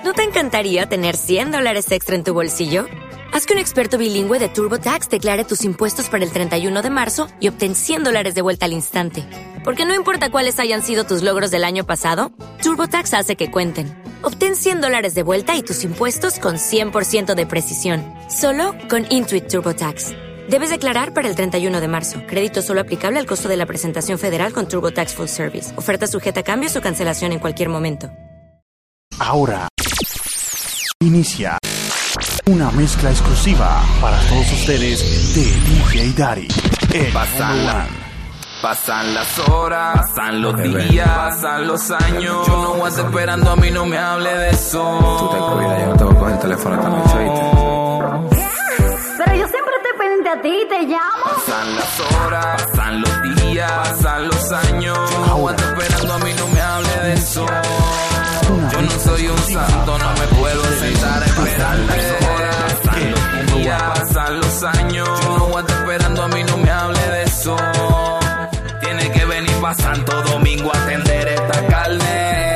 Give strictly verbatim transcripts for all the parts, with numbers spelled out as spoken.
¿No te encantaría tener cien dólares extra en tu bolsillo? Haz que un experto bilingüe de TurboTax declare tus impuestos para el treinta y uno de marzo y obtén cien dólares de vuelta al instante. Porque no importa cuáles hayan sido tus logros del año pasado, TurboTax hace que cuenten. Obtén cien dólares de vuelta y tus impuestos con cien por ciento de precisión. Solo con Intuit TurboTax. Debes declarar para el treinta y uno de marzo. Crédito solo aplicable al costo de la presentación federal con TurboTax Full Service. Oferta sujeta a cambios o cancelación en cualquier momento. Ahora inicia una mezcla exclusiva para todos ustedes de D J Daddy. Pasan, la, pasan las horas, pasan los días, pasan los años. Yo no voy a estar esperando, a mí no me hable de eso. Tú te cuidas, yo no te voy a coger el teléfono esta noche, ¿viste? Pero yo siempre estoy pendiente a ti, te llamo. Pasan las horas, pasan los días, pasan los años. Yo no voy a estar esperando, a mí no me hable de eso. Yo no soy un santo, no me puedo sentar a esperar las horas. Pasan los días, pasan los años. Yo no voy a estar esperando, a mí no me hable de eso. Tiene que venir pa' Santo Domingo a atender esta carne.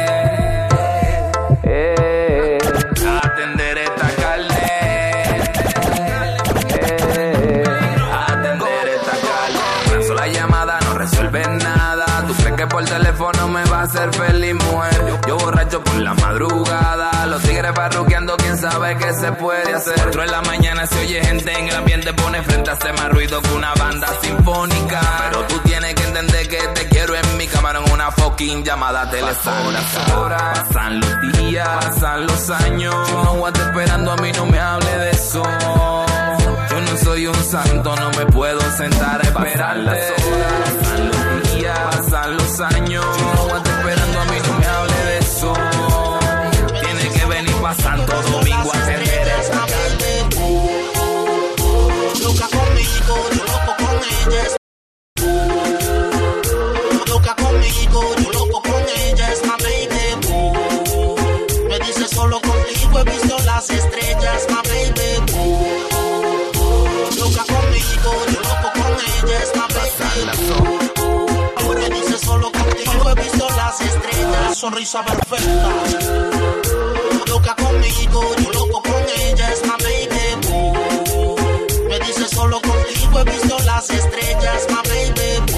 Eh, a atender esta carne. Eh, a atender esta carne. Una sola llamada no resuelve nada. ¿Tú crees que por teléfono me va a hacer feliz, mujer? Yo, yo borracho por la madrugada. Los tigres parruqueando, quién sabe qué se puede hacer. Cuatro de la mañana se oye gente en el ambiente, pone frente, hace más ruido que una banda sinfónica. Pero tú tienes que entender que te quiero en mi cámara en una fucking llamada telefónica. Pasan las horas, pasan los días, pasan los años. Yo no voy a estar esperando, a mí no me hable de eso. Yo no soy un santo, no me puedo sentar a esperar las horas, pasan los días, pasan los años. Yo no voy a estar esperando, a mí no me hable de eso. Tiene que venir pa' Santo Domingo a atender esta baby. Loca conmigo, yo loco con ella. Loca conmigo, yo loco con ella, es my baby. Me dice solo contigo he visto las estrellas, my baby. Loca conmigo, yo loco con ella, es my baby. Me dice solo contigo he visto las estrellas, sonrisa perfecta. Loca conmigo, yo loco con ella, es my baby. Me dice solo contigo he visto las estrellas, my baby.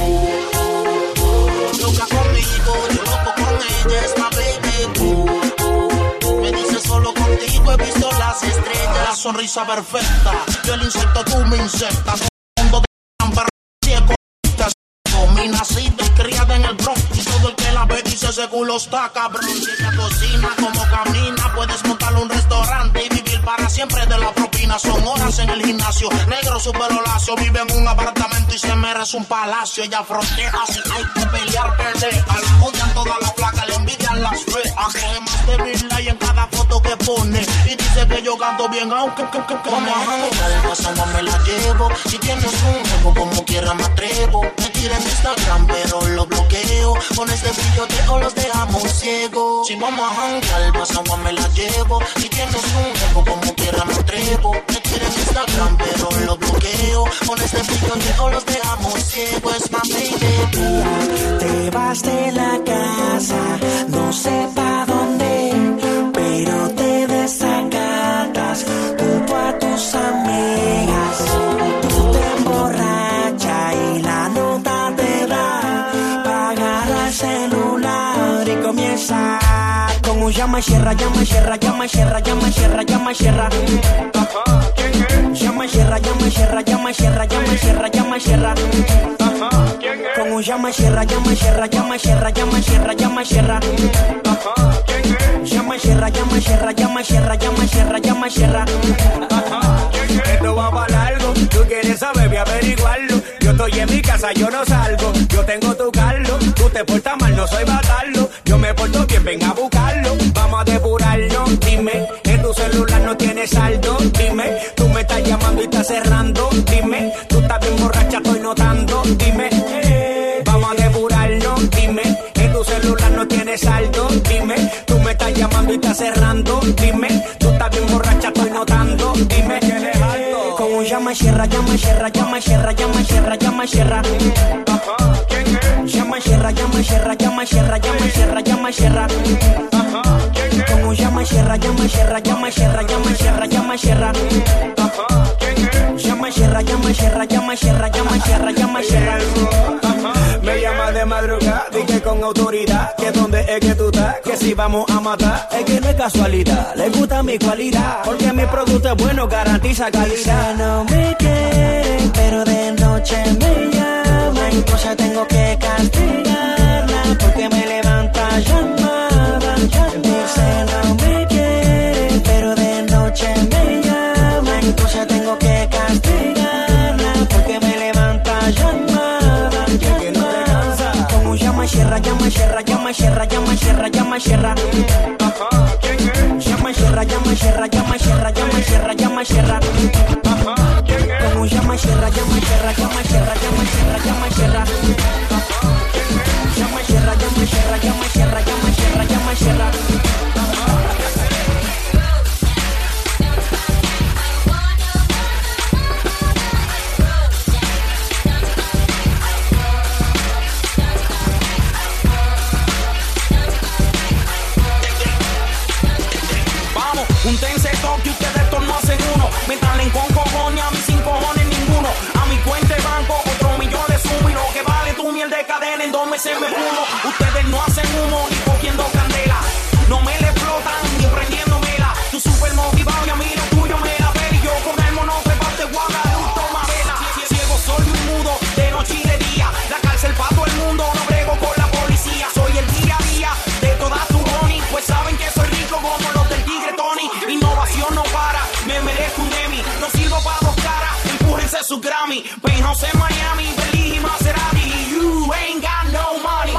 Loca conmigo, yo loco con ella, es my baby. Me dice solo contigo he visto las estrellas, la sonrisa perfecta. Yo el insecto, tú me insectas. Mundo de amber, ciego, mi nacida y criada en el Bronx. Y todo el que la ve dice ese culo está cabrón. Si ella cocina como camina, puedes montar un restaurante y vivir para siempre de la propina. Son horas en el gimnasio, negro su pelo lacio. Vive en un apartamento y se merece un palacio. Ella frontea si hay que pelear, perder. A la odian todas las placas, le envidian las fe. Acoge más de mil likes en cada foto que pone. Y dice que yo canto bien, aunque que, que, que vamos a jangar, pasando me la llevo. Si tienes un juego como quiera me atrevo. Me tira en Instagram pero lo bloqueo. Con este brillo de ojos los dejamos ciegos. Si vamos a jangar, pasando me la llevo. Si tienes un juego como quiera me atrevo. Me tira en Instagram pero lo bloqueo. Con este brillo de ojos los dejamos ciegos. Es my baby. Te vas de la casa, no sé pa' dónde, pero te desacatas junto a tus amigas. Tú te emborrachas y la nota te da, pagar el celular y comienza con un llama sierra, llama sierra, llama sierra, llama sierra, llama sierra. Llama sierra, llama sierra, llama sierra, llama sierra, llama sierra. Con un llama sierra, llama sierra, llama sierra, llama sierra, llama sierra. Llama sierra, llama sierra, llama sierra, llama sierra, llama sierra. Esto va para largo, tú quieres saber, voy a averiguarlo. Yo estoy en mi casa, yo no salgo. Yo tengo tu carro, tú te portas mal, no soy batarlo. Yo me porto bien, ven a buscarlo. Vamos a depurarlo, dime. En tu celular no tienes saldo, dime. Tú me estás llamando y estás cerrando, dime. Tú estás bien borracha, estoy notando, dime. Vamos a depurarlo, dime. En tu celular no tienes saldo, dime. Tú me estás llamando y estás cerrando, dime. Tú estás bien borracha, estoy notando, dime. Con un llama sierra, llama sierra, llama sierra, llama sierra, llama sierra. Llama sierra, llama sierra, llama sierra, llama sierra, llama sierra. Con un llama sierra, llama Sierra, llama Sierra, llama Sierra, llama Sierra. Llama Sierra, llama Sierra, llama Sierra, llama Sierra, llama Sierra. Me llama de madrugada, dije con autoridad que donde es que tú estás, que si vamos a matar, es que no es casualidad, le gusta mi cualidad, porque mi producto es bueno, garantiza calidad. No me quieren, pero de noche me llaman, entonces tengo que castigarla, porque me levanta llamada. Dice no me quieren, pero de noche me llaman, entonces tengo que castigarla, porque me levanta llamada. Que no te cansa. Como llama Sierra, llama Sierra, llama Sierra, llama Sierra, llama Sierra. Llama Sierra, llama Sierra, llama Sierra, llama Sierra, llama Sierra. Como llama Sierra, llama Sierra, llama Sierra, llama Sierra, llama Sierra. Llama Sierra, llama Sierra, llama Sierra, llama Sierra, llama Sierra. Júntense toque, ustedes todos no hacen uno. Métanle con cojones, a mí sin cojones ninguno. A mi cuenta de banco, otro millón le sumo. Y lo que vale tu miel de cadena, en dos meses me fumo. Ustedes no hacen humo ni cogiendo candela. No me le explotan ni prendiéndomela. Tú súper motivado y a mí lo tuyo me la pela. Y yo con el monote pa' te guarda, toma vela. Ciego, sordo y mudo, de noche y de día. La cárcel pa' todo el mundo, no brego con la policía. Soy el día a día de todas tus honey. Pues saben que soy rico como los del Tigre Tony. Innovación no para, me merezco un Emmy. No sirvo para dos caras, empújense su Grammy. Penthouse en Miami, Belize y Maserati. You ain't got no money.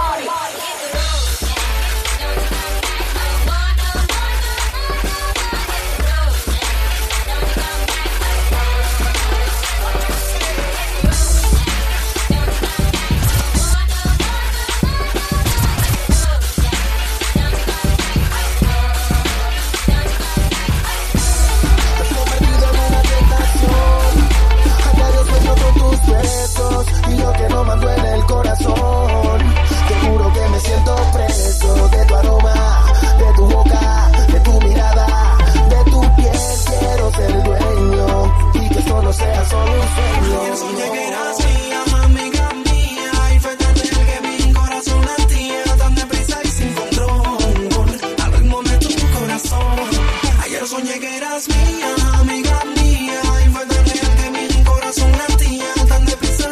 Y yo que no mando en el corazón, te juro que me siento preso de tu aroma, de tu boca, de tu mirada, de tu piel. Quiero ser dueño y que esto no sea solo un sueño. Quiero soñar que eras mía, amiga mía, y fue tan real que mi corazón latía tan deprisa y sin control, al ritmo de tu corazón. Ayer soñé que eras mía, amiga mía, y fue tan real que mi corazón latía tan deprisa.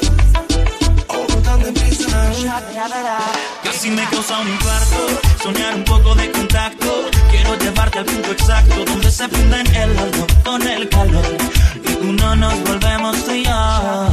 Casi me causa un infarto, soñar un poco de contacto. Quiero llevarte al punto exacto donde se funden el algo con el calor y uno nos volvemos tú y yo.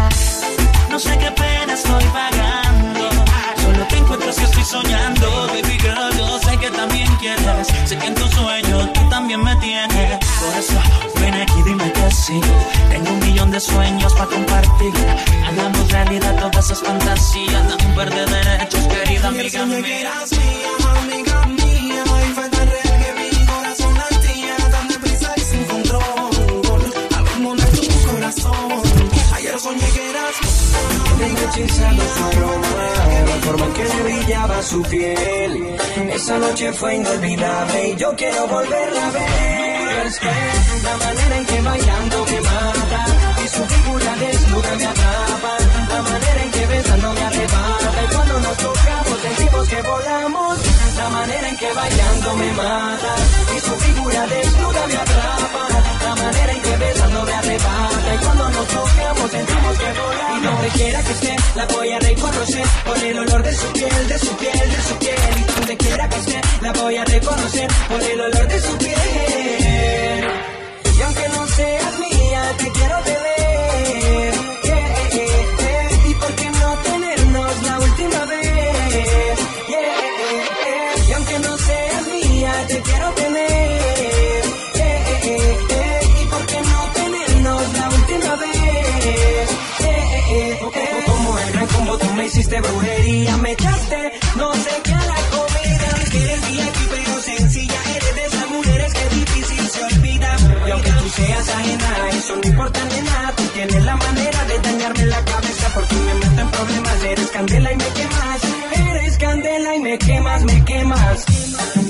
No sé qué pena estoy pagando, solo te encuentro si estoy soñando. Baby girl, yo sé que también quieres, sé que en tus sueños tú también me tienes. Por eso ven aquí, dime que sí. Tengo un millón de sueños para compartir. Hagamos realidad todas esas fantasías. Dame un par de derechos, querida amiga mía. Amiga mía, y fue tan real que mi corazón latía tan deprisa y sin control, al ritmo de tu corazón. Ayer soñé que eras tengo hechizado su aroma, la forma en que brillaba su piel. Esa noche fue inolvidable y yo quiero volverla a ver. Es que la manera en que bailando me mata y su figura desnuda me atrapa. La manera en que besando me arrebata y cuando nos tocamos sentimos que volamos. La manera en que bailando me mata y su figura desnuda me atrapa. La manera en que besando me arrebata y cuando nos tocamos sentimos que volamos. Y donde quiera que esté la voy a reconocer por el olor de su piel, de su piel, de su piel. Y donde quiera que esté la voy a reconocer por el olor de su piel. Y aunque no seas mía, te quiero tener. Yeah, yeah, yeah. Y por qué no tenernos la última vez. Yeah, yeah. Y aunque no seas mía, te quiero tener. Yeah, yeah, yeah. Y por qué no tenernos la última vez. Yeah, yeah, yeah. Como el gran combo tú me hiciste brujería, me echaste no sé qué a la comida. Que eres V I P pero sencilla, eres de esas mujeres que difícil se olvida. Y aunque tú seas ajena, eso no importa de nada. Tú tienes la manera de dañarme la cabeza porque me meto en problemas. Eres candela y me quemas, eres candela y me quemas, me quemas. Eres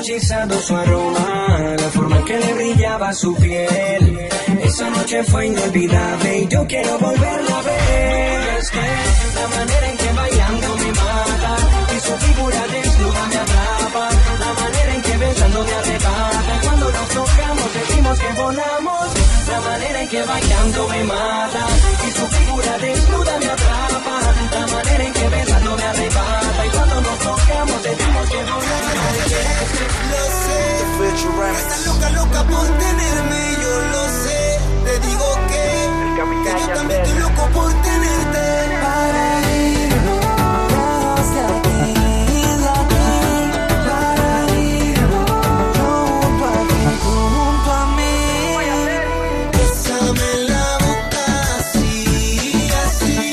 hechizado su aroma, la forma en que le brillaba su piel. Esa noche fue inolvidable y yo quiero volverla a ver. Es que la manera en que bailando me mata y su figura desnuda me atrapa. La manera en que besando me arrebata. Cuando nos tocamos decimos que volamos. La manera en que bailando me mata y su figura desnuda me atrapa. La manera en que besando me arrebata. Y cuando nos tocamos decimos que volamos. Lo sé, estás loca, loca por tenerme, yo lo sé. Te digo que, que yo también estoy loco por tenerte. Para irnos de aquí, de aquí, para irnos junto a ti, junto a mí. Bésame la boca así, así.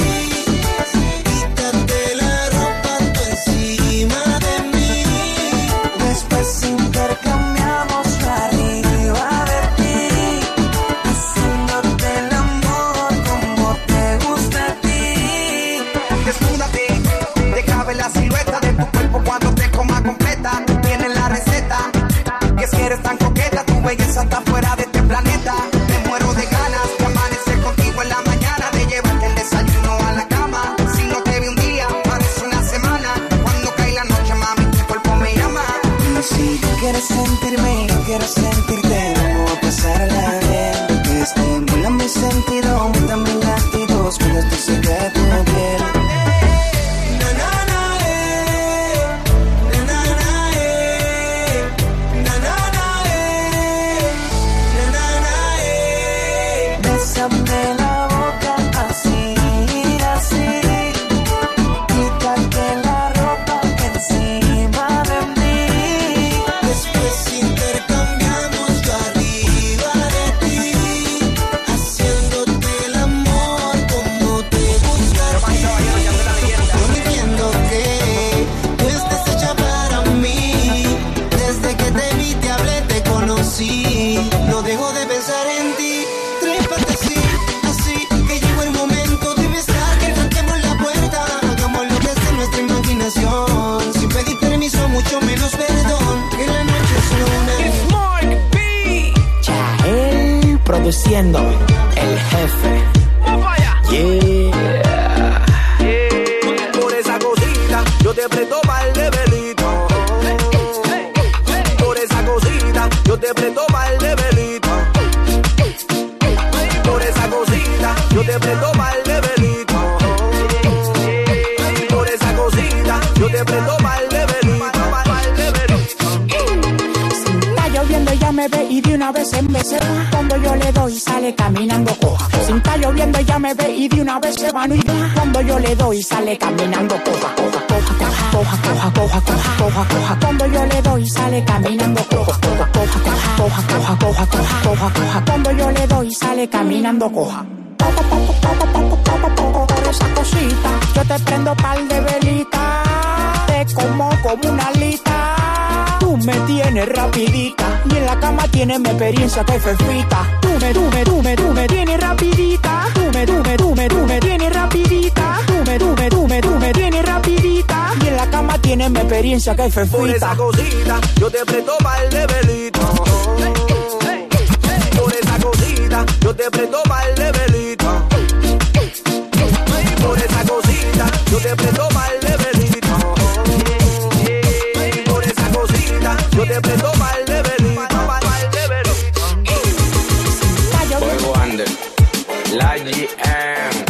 Quítate la ropa tú encima de mí. Después intercambiamos arriba de ti, haciéndote el amor como te gusta a ti. Desnúdate, deja ver la silueta de tu cuerpo cuando te coma completa. Tú tienes la receta, y es que eres tan coqueta, tu belleza está fuera de este planeta. Me muero de ganas de amanecer contigo en la mañana, de llevarte el desayuno a la cama. Si no te vi un día, parece una semana. Cuando cae la noche, mami, tu cuerpo me llama. Si tú quieres sentirme, yo quiero sentirte. Vamos a pasarla bien. Que estimula mi sentido, aumenta mis latidos cuando estoy cerca de tu piel. Na, na, na, eh. Na, na, na, eh. Na, na, na, eh. Na, na, na, eh. Bésame la boca así, así. Quítate la ropa encima de mí. Después intercambiamos yo arriba de ti, haciéndote el amor como te gusta a ti. Yo entiendo que tú estás hecha para mí. Desde que te vi, te hablé, te conocí. No dejo de pensar en ti. Trépate así, así, que llegó el momento de besar. Que toquemos la puerta, hagamos lo que es de nuestra imaginación. Sin pedir permiso, mucho menos perdón. Que la noche es una. Chael produciendo el jefe. Yeah. Por esa cosita, yo te presto mal de velito. Por esa cosita, yo te presto mal de velito. Por esa cosita, yo te presto mal de velito. Por esa cosita, yo te presto mal de velito. Mal de velito. Está lloviendo, ya me ve y de una vez en vez se va. Cuando yo le doy sale caminando coja. Si está lloviendo ya me ve y de una vez se va. Cuando yo le doy sale caminando coja, coja, coja, coja, coja, coja, coja, coja, coja. Cuando yo le doy sale caminando coja, coja, coja, coja, coja, coja, coja, coja, coja. Cuando yo le doy sale caminando coja. Por esa cosita yo te prendo pal de velita. Te como como una alita. Tú me tienes rapidita y en la cama tienes mi experiencia que fefita. Tú me, tú me, tú me, tú me tienes rapidita. Tú me, tú me, tú me, tú me tienes rapidita. Tú me, tú me, tú me, tú me tienes rapidita y en la cama tienes mi experiencia que fefita. Por esa cosita, yo te presto mal de velito. Por esa cosita, yo te presto mal de velito. Por esa cosita, yo te presto mal de velito. Por esa cosita, yo te presto mal de velito. Mal de velito. Fuego Under, la G M.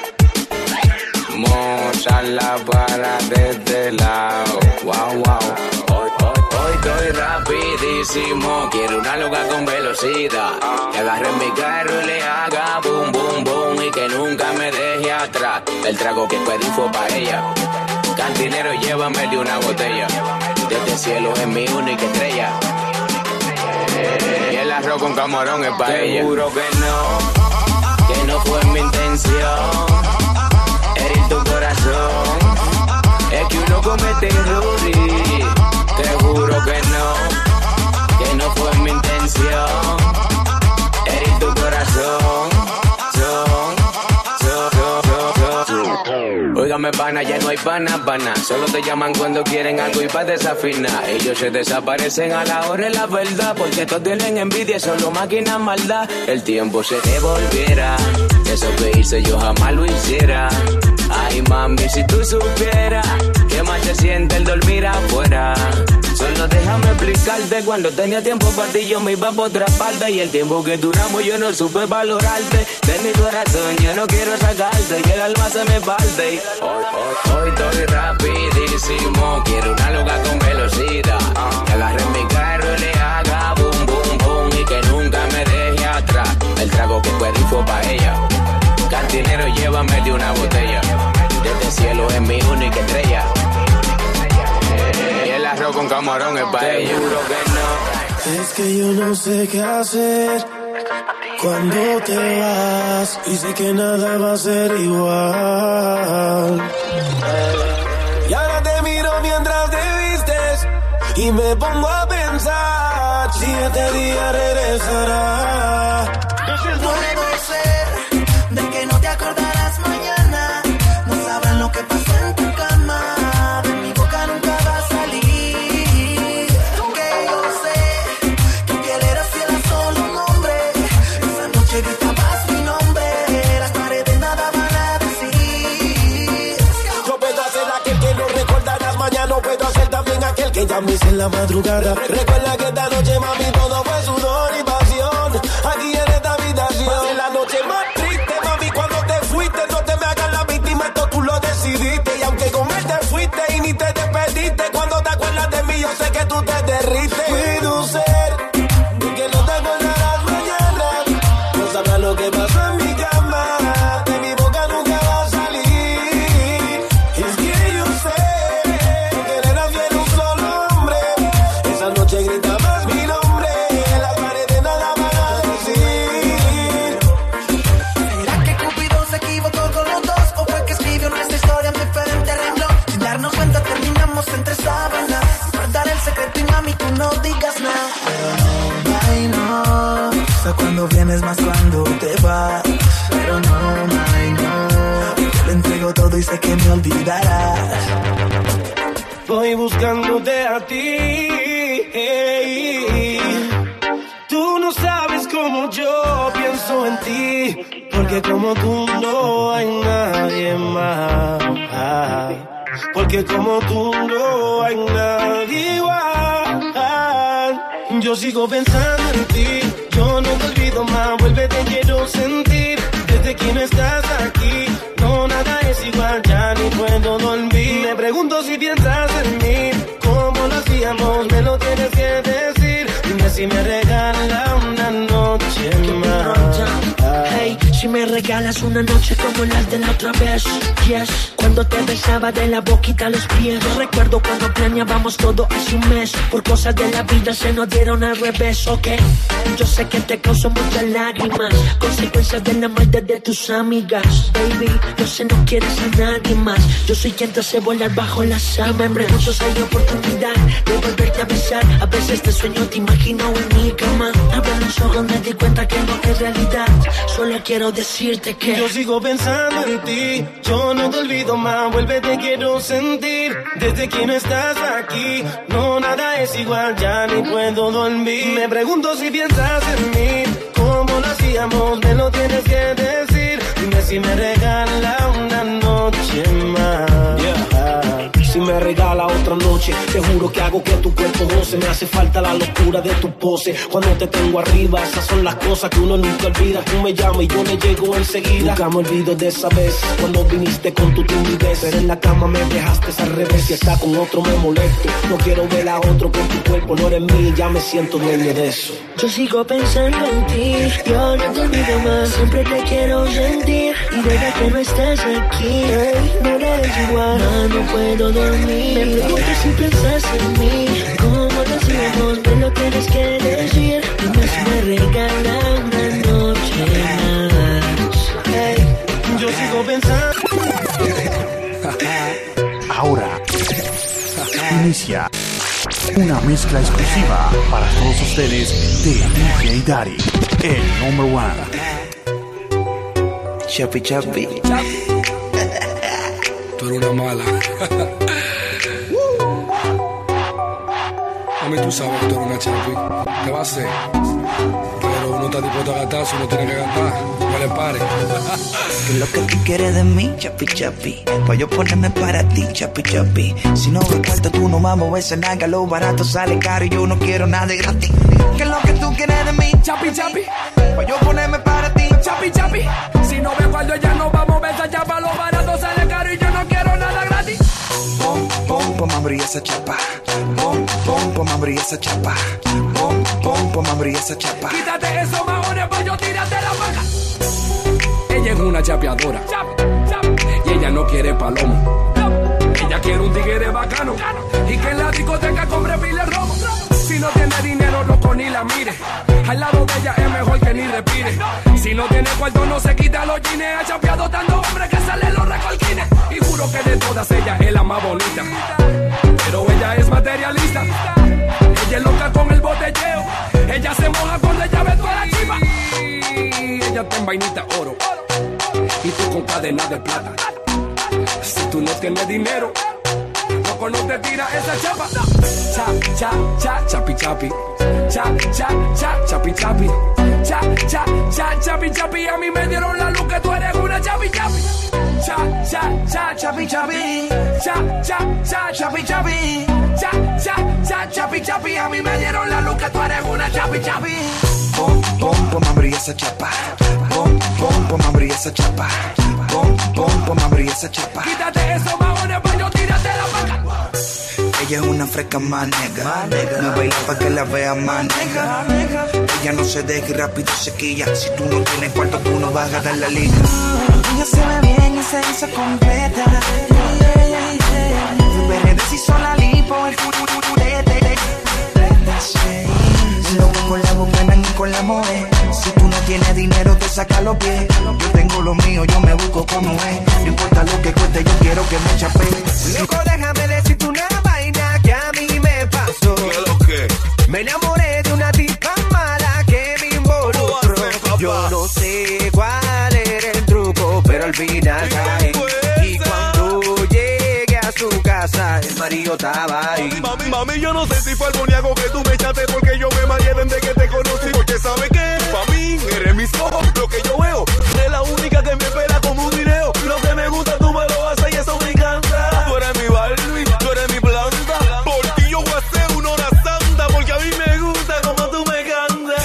Mochala para desde el lado. Wow, wow. Hoy, hoy, hoy estoy rapidísimo. Quiero una loca con velocidad. Que agarre mi carro y le haga boom, boom, boom. Y que nunca me deje atrás. El trago que pedí fue para ella. Cantinero, llévame de una botella. Desde el cielo es mi única estrella. Y el arroz con camarón es para ella. Seguro que no, que no fue mi intención herir tu corazón. Es que uno comete errores. Te juro que no, que no fue mi intención herir tu corazón. Son, son, son, son, son. Óigame, pan. pana, ya no hay pana, pana. Solo te llaman cuando quieren algo y pa' desafinar. Ellos se desaparecen a la hora de la verdad, porque todos tienen envidia, solo máquinas maldad. El tiempo se devolviera, eso que hice yo jamás lo hiciera. Ay mami, si tú supieras qué mal se siente el dormir afuera. Solo déjame explicarte, cuando tenía tiempo para ti yo me iba por otra parte. Y el tiempo que duramos yo no supe valorarte. De mi corazón yo no quiero sacarte, que el alma se me parte. Hoy, hoy, hoy estoy rapidísimo, quiero una loca con velocidad. Que agarre mi carro y le haga boom, boom, boom, y que nunca me deje atrás. El trago que fue rifo pa' ella. Cantinero, llévame de una botella. Desde el cielo es mi única estrella. Y el arroz con camarón es pa' ella. Juro que no. Es que yo no sé qué hacer cuando te vas, y sé que nada va a ser igual. Y ahora te miro mientras te vistes y me pongo a pensar si este día regresará. Puedo ser de que no te acordarás mañana, no sabrán lo que pasa en tu cama, de mi boca nunca va a salir. Que yo sé que piel era fiel a solo un hombre, esa noche gritabas mi nombre, las paredes nada van a decir. Yo puedo hacer aquel que no recordarás mañana, puedo hacer también aquel que llames en la madrugada. Recuerda que esta noche mami todo fue sudor y pasión, aquí en esta habitación. En la noche más triste mami cuando te fuiste, no te me hagas la víctima, esto tú lo decidiste. Y aunque con él te fuiste y ni te despediste, cuando te acuerdas de mí yo sé que tú te derrites. Puedo ser que no te acordarás mañana, no sabrás lo que pasó en mi cama, de mi boca nunca va a salir. Es que yo sé que él era fiel a un solo hombre, esa noche gritabas mi nombre, las paredes nada van a decir. ¿Será que Cupido se equivocó con los dos, o fue que escribió nuestra historia en diferente renglón? Sin darnos cuenta terminamos entre sábanas, guardar el secreto y mami tú no digas nada. Ay no, sé cuando vienes más cuando te vas, pero no, ay no, te lo entrego todo y sé que me olvidarás. Voy buscándote a ti, hey. Tú no sabes cómo yo pienso en ti, porque como tú no hay nadie más, porque como tú no hay nadie igual. Yo sigo pensando en ti, yo no te olvido más, vuelve te quiero sentir, desde que no estás aquí, no nada es igual, ya ni puedo dormir. Me pregunto si piensas en mí, cómo lo hacíamos, me lo tienes que decir, dime si me regala una noche más. Hey, si me regalas una noche como las de la otra vez, yes. Cuando te besaba de la boquita a los pies, yo recuerdo cuando planeábamos todo hace un mes. Por cosas de la vida se nos dieron al revés, ok. Yo sé que te causó muchas lágrimas, consecuencias de la maldad de tus amigas. Baby, yo sé no quieres a nadie más, yo soy quien te hace volar bajo la sábana. Me pregunto si hay oportunidad de volverte a besar, a veces te sueño, te imagino en mi cama. Abro los ojos, me di cuenta que no es realidad, solo quiero decirte que yo sigo pensando en ti, yo no te olvido más, vuelve te quiero sentir, desde que no estás aquí, no nada es igual, ya ni puedo dormir. Me pregunto si piensas en mí, cómo lo hacíamos, me lo tienes que decir, dime si me regala una noche más, yeah. Si me regala otra noche, te juro que hago que tu cuerpo goce. Me hace falta la locura de tu pose, cuando te tengo arriba, esas son las cosas que uno nunca olvida. Tú me llamas y yo le llego enseguida. Nunca me olvido de esa vez, cuando viniste con tu timidez, pero en la cama me dejaste al revés, y está con otro me molesto. No quiero ver a otro con tu cuerpo, no eres mío, ya me siento dueño de eso. Yo sigo pensando en ti, yo no te olvido más, siempre te quiero sentir, y desde que no estás aquí, no eres igual, no, no puedo dormir. Me pregunto si piensas en mí, cómo lo hacíamos, me lo tienes que decir, dime si me regala una noche más. Hey, yo sigo pensando. Ahora inicia una mezcla exclusiva para todos ustedes de D J Daddy, el number one. Chapi Chapi. tú eres una mala. A mí tú sabes que tú eres una chapi. ¿Qué va a hacer? Pero uno está dispuesto a gastar, si uno tiene que gastar, no le pare. ¿Qué es lo que tú quieres de mí, chapi chapi? Pa' yo ponerme para ti, chapi chapi. Si no me cuarto, tú no vamos a mover esa nalga. Lo barato sale caro y yo no quiero nada de gratis. ¿Qué es lo que tú quieres de mí, chapi chapi? Pa' yo ponerme para ti, chapi chapi. Si no me cuando ya no vamos a ver esa chapa. Lo barato sale caro y yo no quiero nada gratis. Pom, pom, pom, abrí esa chapa. Pom, pom, pom, abrí esa chapa. Pom, pom, pom, abrí esa chapa. Quítate esos majones, pues yo tírate la vaca. Ella es una chapeadora y ella no quiere palomo. Ella quiere un tigre bacano y que en la discoteca compre pile romo. Si no tiene dinero, loco, ni la mire. Al lado de ella es mejor que ni respire. Si no tiene cuarto, no se quita los jeans. Ha chapeado tanto hombre que salen los recolquines. Y juro que de todas ella es la más bonita. Pero ella es materialista. Ella es loca con el botelleo. Ella se moja cuando ella ve toda la chiva. Ella está en vainita oro y tú con cadena de plata. Si tú no tienes dinero, loco, no te tira esa chapa. Cha, cha, cha, chapi, chapi. Cha, cha, cha, chapi, chapi. Cha, cha, cha, chapi, chapi. A mí me dieron la luz que tú eres una chapi, chapi. Cha, cha, cha, chapi, chapi. Cha, cha, cha, chapi, chapi. Cha, cha, cha, chapi, chapi. A mí me dieron la luz que tú eres una chapi, chapi. Pom, pom, pom, abrí esa chapa. Pom, pom, pom, abrí esa chapa. Pom, pom, pom, abrí esa chapa. Quítate esos majones, pues yo tírate la vaca. Ella es una fresca más nega. Me baila pa' que la vea más nega. Ella no se deja y rápido se quilla. Si tú no tienes cuarto, tú no vas a ganar la liga. Ella se ve bien y se hizo completa. Veré si son la lipo, el fulete. Loco con la bombena y con la moe. Si tú no tienes dinero, te saca los pies. Yo tengo lo mío, yo me busco como es. No importa lo que cueste, yo quiero que me chape. Loco, déjame decirte una vaina que a mí me pasó. ¿Qué es lo que? Me enamoré de una tipa mala que me involucró. Yo no sé cuál era el truco, pero al final caí. Y cuando llegué a su casa, el marido estaba ahí. Mami, mami, yo no sé si fue algo ni algo que tú me echaste, porque yo me mareé desde que te conocí. Porque sabe que pa' mí eres mis ojos, lo que yo veo. Es la única que me espera como un video. Lo que me gusta tú me lo haces y eso me encanta. Tú eres mi Barbie, tú eres mi planta. Por ti yo voy a hacer una hora santa, porque a mí me gusta como tú me cantas.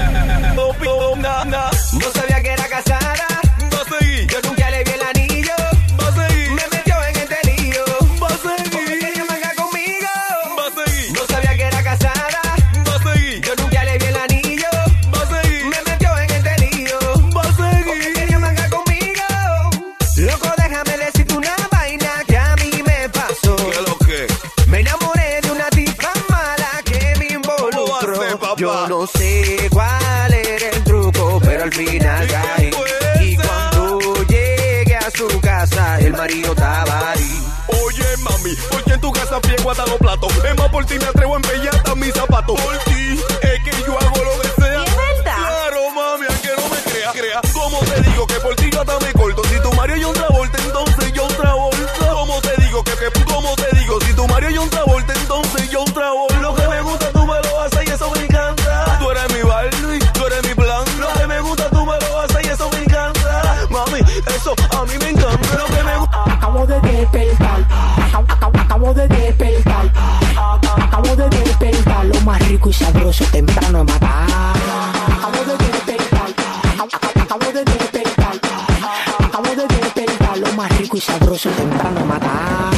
No sabía que era casada. Va a seguir. Yo nunca le vi el anillo. Va a seguir. Me metió en este lío. Va a seguir. Quería mangar conmigo. Va a seguir. No sabía que era casada. Va a seguir. Yo nunca le vi el anillo. Va a seguir. Me metió en este lío. Va a seguir. Quería mangar conmigo. Loco, déjame decirte una vaina que a mí me pasó. ¿Qué es lo que? Me enamoré de una tipa mala que me involucró. Yo no sé cuál era el truco, pero al final caí. Y cuando llegué a su casa, el marido estaba ahí. Oye, mami, porque en tu casa friego hasta los platos. Es más, por ti me atrevo a empellar hasta mis zapatos. Por ti es que yo hago lo que sea. ¿Es verdad? Claro, mami, aunque no me creas, crea. ¿Cómo te digo que por ti yo hasta me corto? Si tu Mario y un Travolta, entonces yo un Travolta. ¿Cómo te digo que, que cómo te digo? Si tu Mario y un Travolta, entonces yo un Travolta. Lo que me gusta tú me lo haces y eso me encanta. Tú eres mi Barbie, tú eres mi plan. Lo que me gusta tú me lo haces y eso me encanta. Mami, eso a mí me encanta. Lo que me gusta. Acabo de despertar, acabo, acabo de despertar, acabo de despertar, lo más rico y sabroso temprano a matar. Acabo de despertar, acabo de despertar, acabo de despertar, lo más rico y sabroso temprano a matar.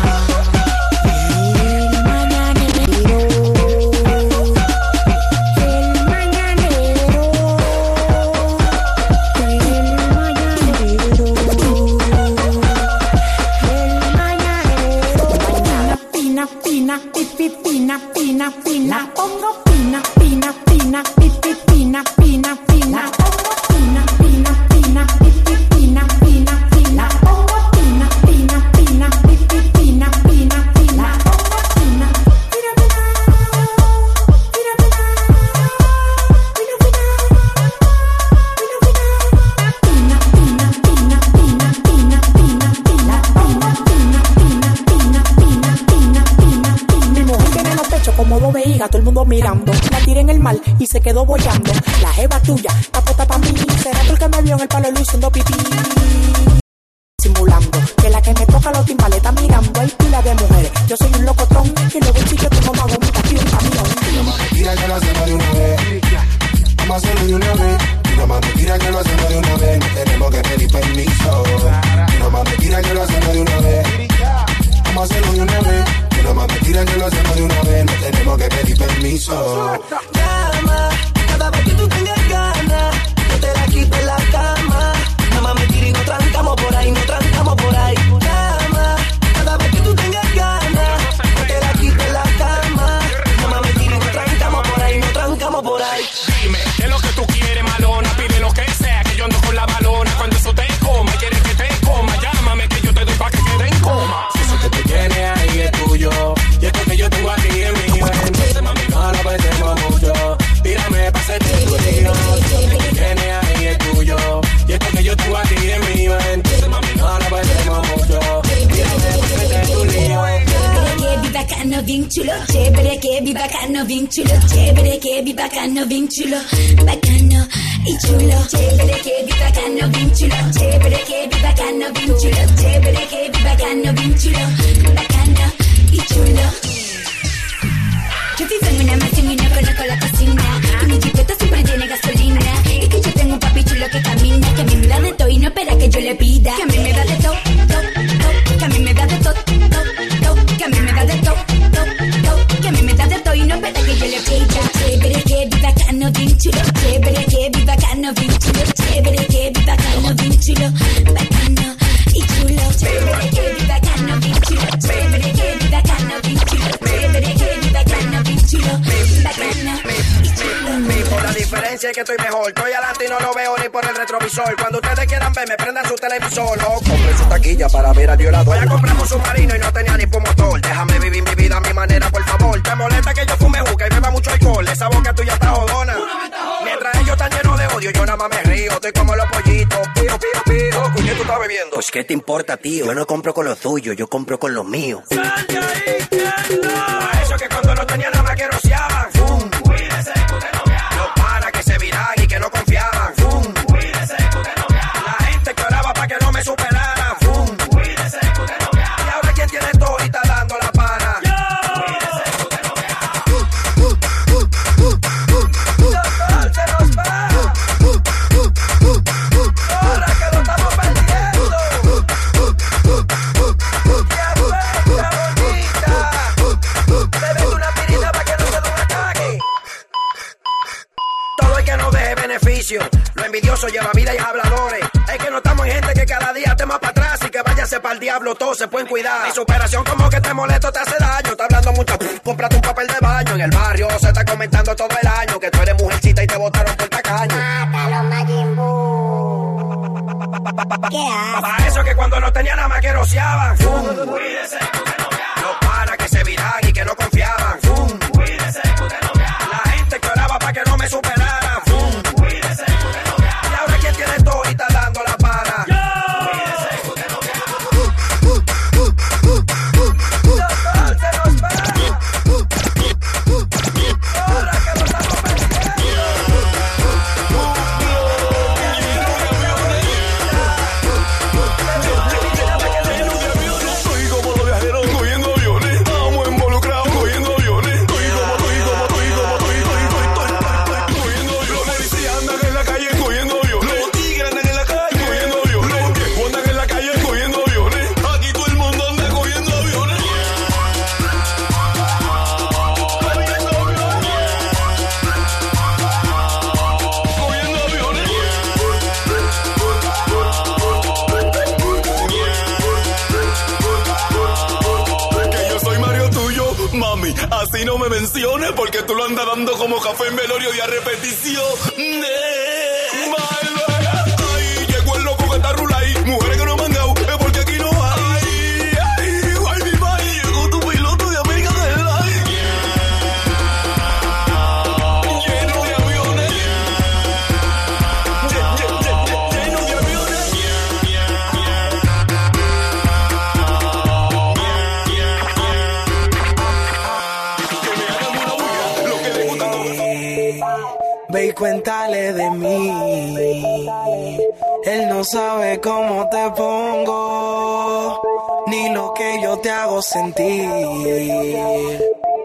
Pina, pina, pina, pongo pina, pina, pina, pipi, pina, pina, pina, pongo pina, pina, pina, pipi, pina, pina, pina, pongo pina, pina, pina, pipi, pina, pina, pina, pongo pina, pina, pina, pina, pina, pina, pina, pina, pina, pina, pina, pina, pongo mirando. La tiré en el mar y se quedó bollando. La jeva tuya, tapota pa' mí. Será porque me vio en el palo Luis haciendo pipí. Simulando que la que me toca los timbales está mirando. Hay pila de mujeres, yo soy un locotón. Y luego sí que tengo más gomita que un camión. Tira que lo hacemos de una vez. Vamos a hacerlo de una vez. No más mentira que lo hacemos de una vez. No tenemos que pedir permiso. No más mentira que lo hacemos de una vez. Vamos a hacerlo de una vez. No más mentira que lo hacemos de una vez. No tenemos que pedir permiso. Llama, cada vez que tú tengas ganas, yo te la quito en la cama. No más mentira y no trancamos por ahí, no trancamos por ahí. Llama, cada vez que tú tengas ganas, yo te la quito en la cama. No más mentira y no trancamos por ahí, no trancamos por ahí. Dime, ¿qué es lo que tú quieres, malona? Pide lo que sea, que yo ando con la balona. Cuando eso te coma, quieres que te coma, llámame que yo te doy pa' que quede en coma. Si eso que tú tienes ahí es tuyo, y esto que yo tengo aquí es mío. Entonces, mami, no lo pensemos mucho. Tírame pa' hacerte tu lío. Si eso que tú tienes ahí es tuyo, y esto que yo tengo aquí es mío. Entonces, mami, no lo pensemos mucho. Tírame pa' hacerte tu lío. Que vi bacano, bien chulo, chévere, que vi bacano, bien chulo, chévere, que vi bacano, bien chulo, bacano y chulo, chévere, que vi bacano, bien chulo, chévere, que vi bacano, bien chulo, chévere, que vi bacano, bien chulo, bacano y chulo. Yo vivo en una mansión y no conozco la cocina, y mi jipeta siempre tiene gasolina, y que yo tengo un papi chulo que camina, que a mí me da de todo y no espera que yo le pida, que a mí me da de todo, todo, todo, que a mí me da de todo, todo, todo, que a mí me da de todo, todo, todo, que a mí me da de todo y no espera que yo le pida. Chévere, que vi bacano, bien chulo, chévere, que vi bacano, bien chulo, chévere, que vi bacano, bien chulo, bacano y chulo, chévere, que vi bacano, bien chulo, chévere, que vi bacano, bien chulo, chévere, que vi bacano, bien chulo, bacano y chulo. Por la diferencia es que estoy mejor, estoy adelante y no lo veo ni por el retrovisor. Cuando ustedes quieran verme, prendan su televisor. No compren su taquilla para ver al violador. Voy a comprar un submarino y no tenía ni por motor. Déjame vivir mi vida a mi manera, por favor. Te molesta que yo fume juca y beba mucho alcohol. Esa boca tuya está jodona. Mientras ellos están llenos de odio, yo nada más me río. Estoy como los pollitos. Pío, pío, pío. ¿Con qué tú estás bebiendo? Pues qué te importa, tío. Yo no compro con lo tuyo, yo compro con lo mío. A eso que cuando no tenía nada más que rociaban. ¡Fum! Cuídese que usted no vea. Los panas que se viran y que no confiaban. ¡Fum! Cuídese que usted no vea. La gente que oraba para que no me superaran. ¡Fum! Cuídese que usted no vea. Y ahora quien tiene todo y está dando la pana. Cuídese que usted no vea. Total, se nos va. Ahora que lo estamos perdiendo. Todo el que no deje beneficio, lo envidioso lleva vida y habladores. Es que no estamos en gente que cada día esté más para atrás y que váyase para el diablo, todos se pueden cuidar. Mi superación como que te molesto, te hace daño. Está hablando mucho, cómprate un papel de baño. En el barrio se está comentando todo el año que tú eres mujercita y te botaron por tacaño. Mátalo, Majin Buu. ¿Qué haces? Para eso que cuando no tenía nada más que rociaban. ¡Fum! Cuídese que usted no vea. Los panas que se viran y que no confiaban. ¡Fum! Cuídese que usted no vea. La gente que oraba para que no me superaran. ¡Fum! Cuídese que usted no vea. Y ahora quien tiene todo y está dando la pana. Cuídese que usted no vea. Total, se nos va. Ahora que lo estamos Soy como los viajeros cogiendo aviones. Estamos involucrados cogiendo aviones. Estoy como, estoy como, estoy como, estoy, estoy, estoy, estoy, estoy cogiendo aviones. Los policías andan en la calle cogiendo aviones. Los tigres andan en la calle cogiendo aviones. Los viejos andan en la calle cogiendo aviones. Aquí todo el mundo anda cogiendo aviones. Cogiendo aviones. Que yo soy Mario tuyo, mami. Así no me menciones porque tú lo andas dando como café en velorio y a repetición. Malvera. Ay, llegó el loco que está rula ahí. Mujeres que no me han dado, es porque aquí no hay. Ay, ay, mi madre, llegó tu piloto de América del Aire. Lleno de aviones. Lle- lle- lle- lle- Lleno de aviones. Que me hagan una bulla. Lo que le gusta Ve y cuéntale de mí. Él no sabe cómo te pongo, ni lo que yo te hago sentir.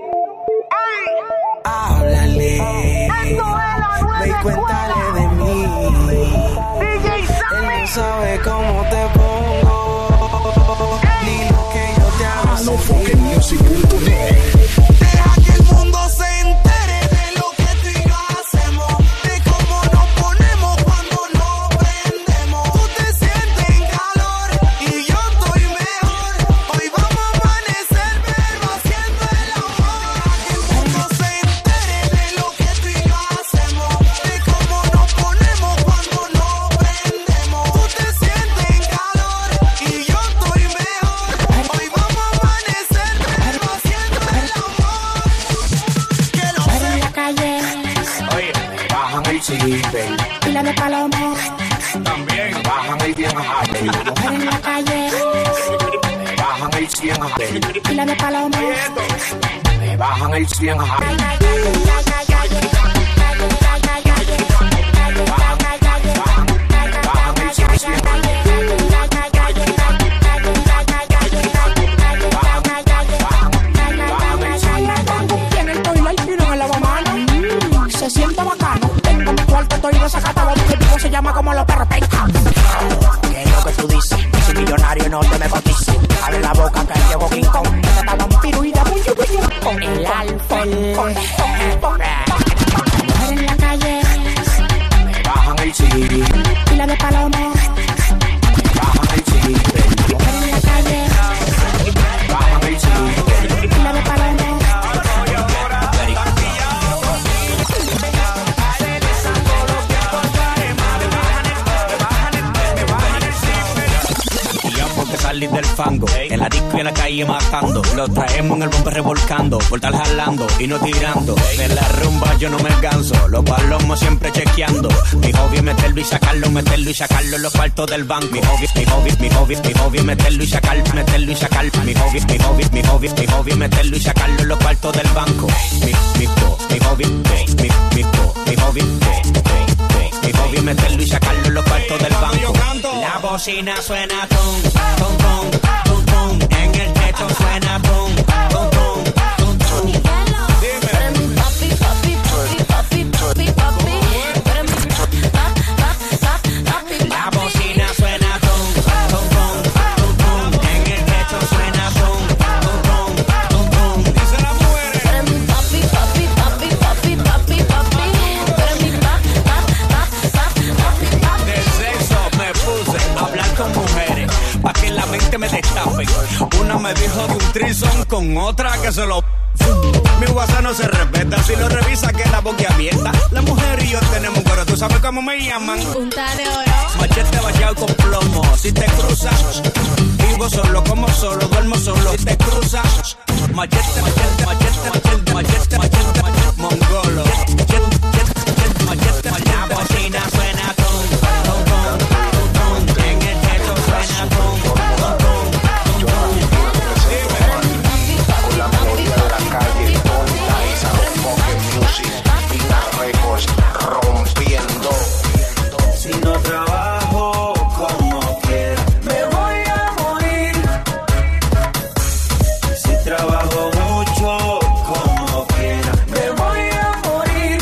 Háblale, ve y cuéntale de mí. Él no sabe cómo te pongo, ni lo que yo te hago sentir. Deja que el mundo se entere de lo que tú y yo hacemos, de cómo nos ponemos cuando nos prendemos. Tú te sientes en calor y yo estoy mejor. Hoy vamos a amanecer, pero haciendo el amor. Que el mundo se entere de lo que tú y yo hacemos, de cómo nos ponemos cuando nos prendemos. Tú te sientes en calor y yo estoy mejor. Hoy vamos a amanecer, pero haciendo el amor. Que lo Pero en la calle, Oye, bájame el chiste. pila de palomo. También bájame el bien ajate. Mujer en la calle, Bájame el cien ajate. pila de palomo. Bájame el cien ajate. Tiene el toilet y no en el lavamanos. Mm, se siente bacano. Tengo mi cuarto, estoy desacatado. Mi tipo se llama como los perros penca. ¿Qué es lo que tú dices? Si millonario no te me cotices. Abre la boca que llegó King Kong. Está vampiro y de puño puño. Con el alfel. Mujer en la calle, Bájame el chiste. pila de palomo. Bájame el chiste. Mujer en la calle, Bájame el chiste. pila de palomo. Porque salir del fango, en la disco y en la calle matando. Lo traemos en el bombe revolcando, por estar jalando y no tirando. De la rumba yo no me canso, los palomos siempre chequeando. Mi hobby es meterlo y sacarlo, meterlo y sacarlo en los cuartos del banco. Mi hobby, mi hobby, mi hobby, mi hobby es meterlo y sacarlo, meterlo y sacarlo. Mi hobby, mi hobby, mi hobby, mi hobby es meterlo y sacarlo en los cuartos del banco. Mi, mi, ho, mi hobby, mi, mi, mi, ho, mi hobby, mi, mi, mi hobby es meterlo y sacarlo en los cuartos del banco. La bocina suena tum, tum, tum, tum, tum. En el techo suena tum, tum, tum, tum, tum. Dime. Mi papi, papi, papi, papi, papi, papi. La bocina suena tum, tum, tum, tum, tum. En el techo suena tum, tum, tum, tum, tum. Dice la mujer. Mi papi, papi, papi, papi, papi, papi. Mi pa, pa, pa, pa, papi, papi. Del sexo me puse a hablar con mujeres, pa' que la mente me destape. Una me dijo de un trison con otra que se lo... Mi WhatsApp no se respeta, si lo revisa que la boca abierta. La mujer y yo tenemos un coro, ¿tú sabes cómo me llaman? Punta de oro. Machete vallado con plomo, si te cruzas. Vivo solo, como solo, duermo solo, si te cruzas. Machete, machete, machete, machete, machete, machete, machete, mongolo. Machete, machete, machete, machete. La bocina suena tum, tum, tum, tum, tum. En el techo suena tum, tum, tum, tum, tum. Con la melodía de la calle, Ponta y Sound Fucking Music, Pina Records, rompiendo. Si no trabajo como quiera, me voy a morir. Si trabajo mucho como quiera, me voy a morir.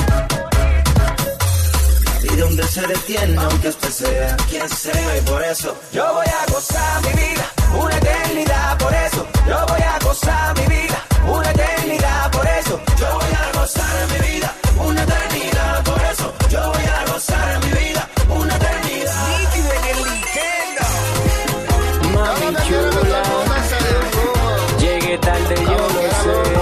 La vida un día se detiene, aunque usted sea quien sea, y por eso yo voy a gozar mi vida, una eternidad, por eso yo voy a gozar mi vida, una eternidad, por eso yo voy a gozar mi vida, una eternidad, por eso yo voy a gozar mi vida, una eternidad. Nítido en el Nintendo. Mami chula, llegué tarde, yo lo sé,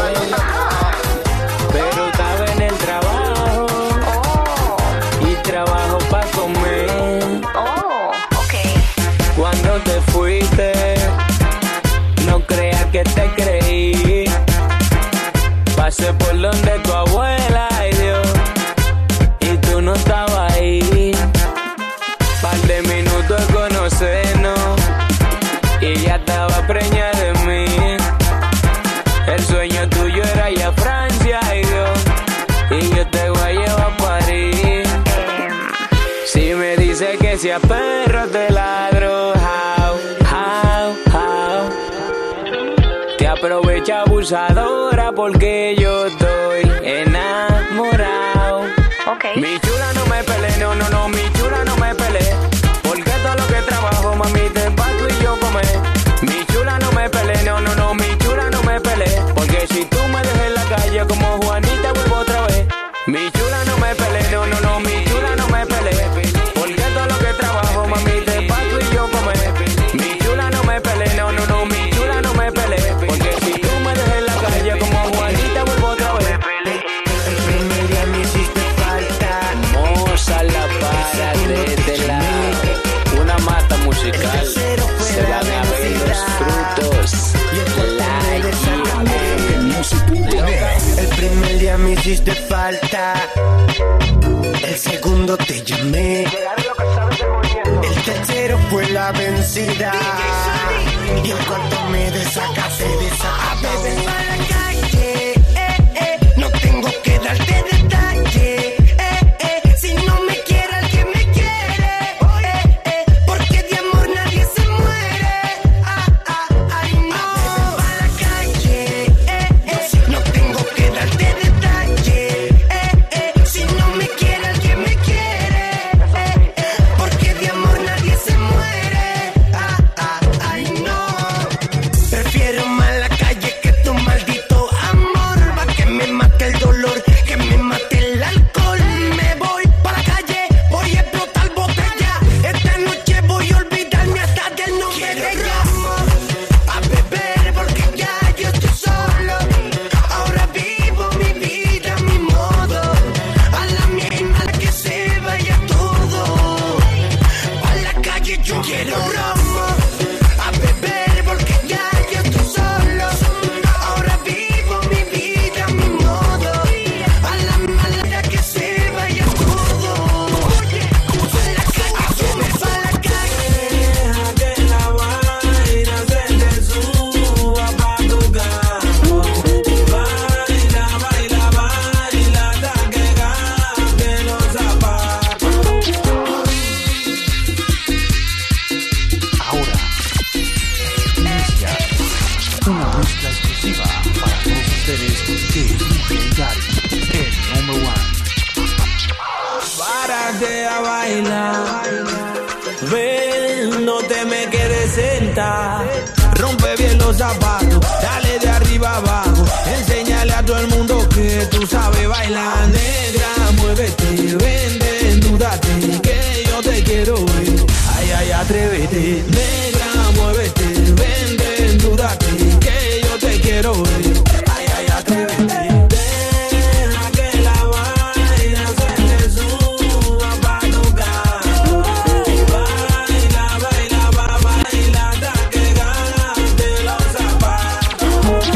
pero estaba en el trabajo y trabajo para comer. Oh, ok. Cuando te fuiste, no creas que te creí. Pasé por donde tu abuela, ay Dios, y tú no estabas ahí. Par de minutos de conocernos y ella estaba preñada de mí. El sueño tuyo era ir a Francia, ay Dios, y yo te voy a llevar a París. si a perro te ladro, how, how, how. Te aprovecha abusadora porque yo estoy enamorado. Okay. Mi chula no me pele, no, no, no, mi chula no me pele. Porque todo lo que trabajo, mami, te pa' tú y yo comer. Mi chula no me pele, no, no, no, mi chula no me pele. Porque si tú me dejas en la calle como Juanita, vuelvo otra vez. Mi chula no me pele, no, no, no, mi chula no me pele. Porque todo lo que trabajo, mami, te pa' tú y yo comer. Mi chula no me pele, no, no, no, mi chula no me pele. Porque si tú me dejas en la calle como Juanita, vuelvo otra vez. El primer día me hiciste falta. Moza la para de la una mata musical. Se van a ver los frutos. El primer día me hiciste falta. El segundo te llamé. El tercero fue la vencida. Y el cuarto me desacaté, desacaté. A la calle, eh, eh. No tengo que darte detalle. Eh, eh. Si no me quiere, alguien me quiere. Eh, eh. Porque de amor nadie se muere. Ah, ah, ay no. A la calle, eh, eh. No tengo que darte detalle. Eh, eh. Si no me quiere, alguien me quiere. Eh, eh. Porque de amor nadie se muere. Ah, ah, ay no. Prefiero más la calle que tu maldito amor. Va que me mate el dolor, que me mate el alcohol. Me voy para la calle, voy a explotar botella. Esta noche voy a olvidarme hasta del nombre de ella. A beber porque ya yo estoy solo. Ahora vivo mi vida a mi modo. A la mierda que se vaya todo. A la calle yo quiero romo. A beber porque ya yo estoy solo. Ahora vivo mi vida a mi modo. A la mierda que se vaya todo. Oye, a la calle, sube pa' la calle. Deja que la vaina se te suba pa' tu carro. Baila, baila, baila hasta que gaste los zapatos. Ahora inicia una mezcla exclusiva para todos ustedes de D J Daddy, el number one. Párate a bailar, ven, no te me quedes sentar. Rompe bien los zapatos, dale de arriba abajo. Enséñale a todo el mundo que tú sabes bailar. Negra, muévete, ven, desnúdate, que yo te quiero ver. Ay, ay, atrévete. Negra, muévete, ven, desnúdate, que yo te quiero ver. Ay, ay, atrévete. Deja que la vaina se te suba pa' tu carro. Baila, baila, va, baila hasta que gaste los zapatos.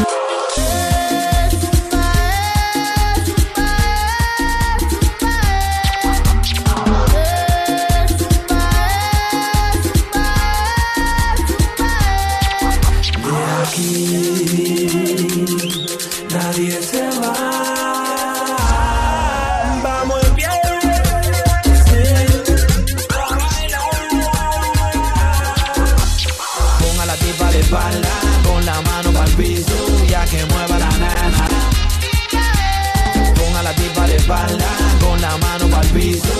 De aquí nadie se va. Vamos en pie. Ponga la tipa de espalda con la mano pa'l piso, ya que mueva la nana. Ponga la tipa de espalda con la mano pa'l piso,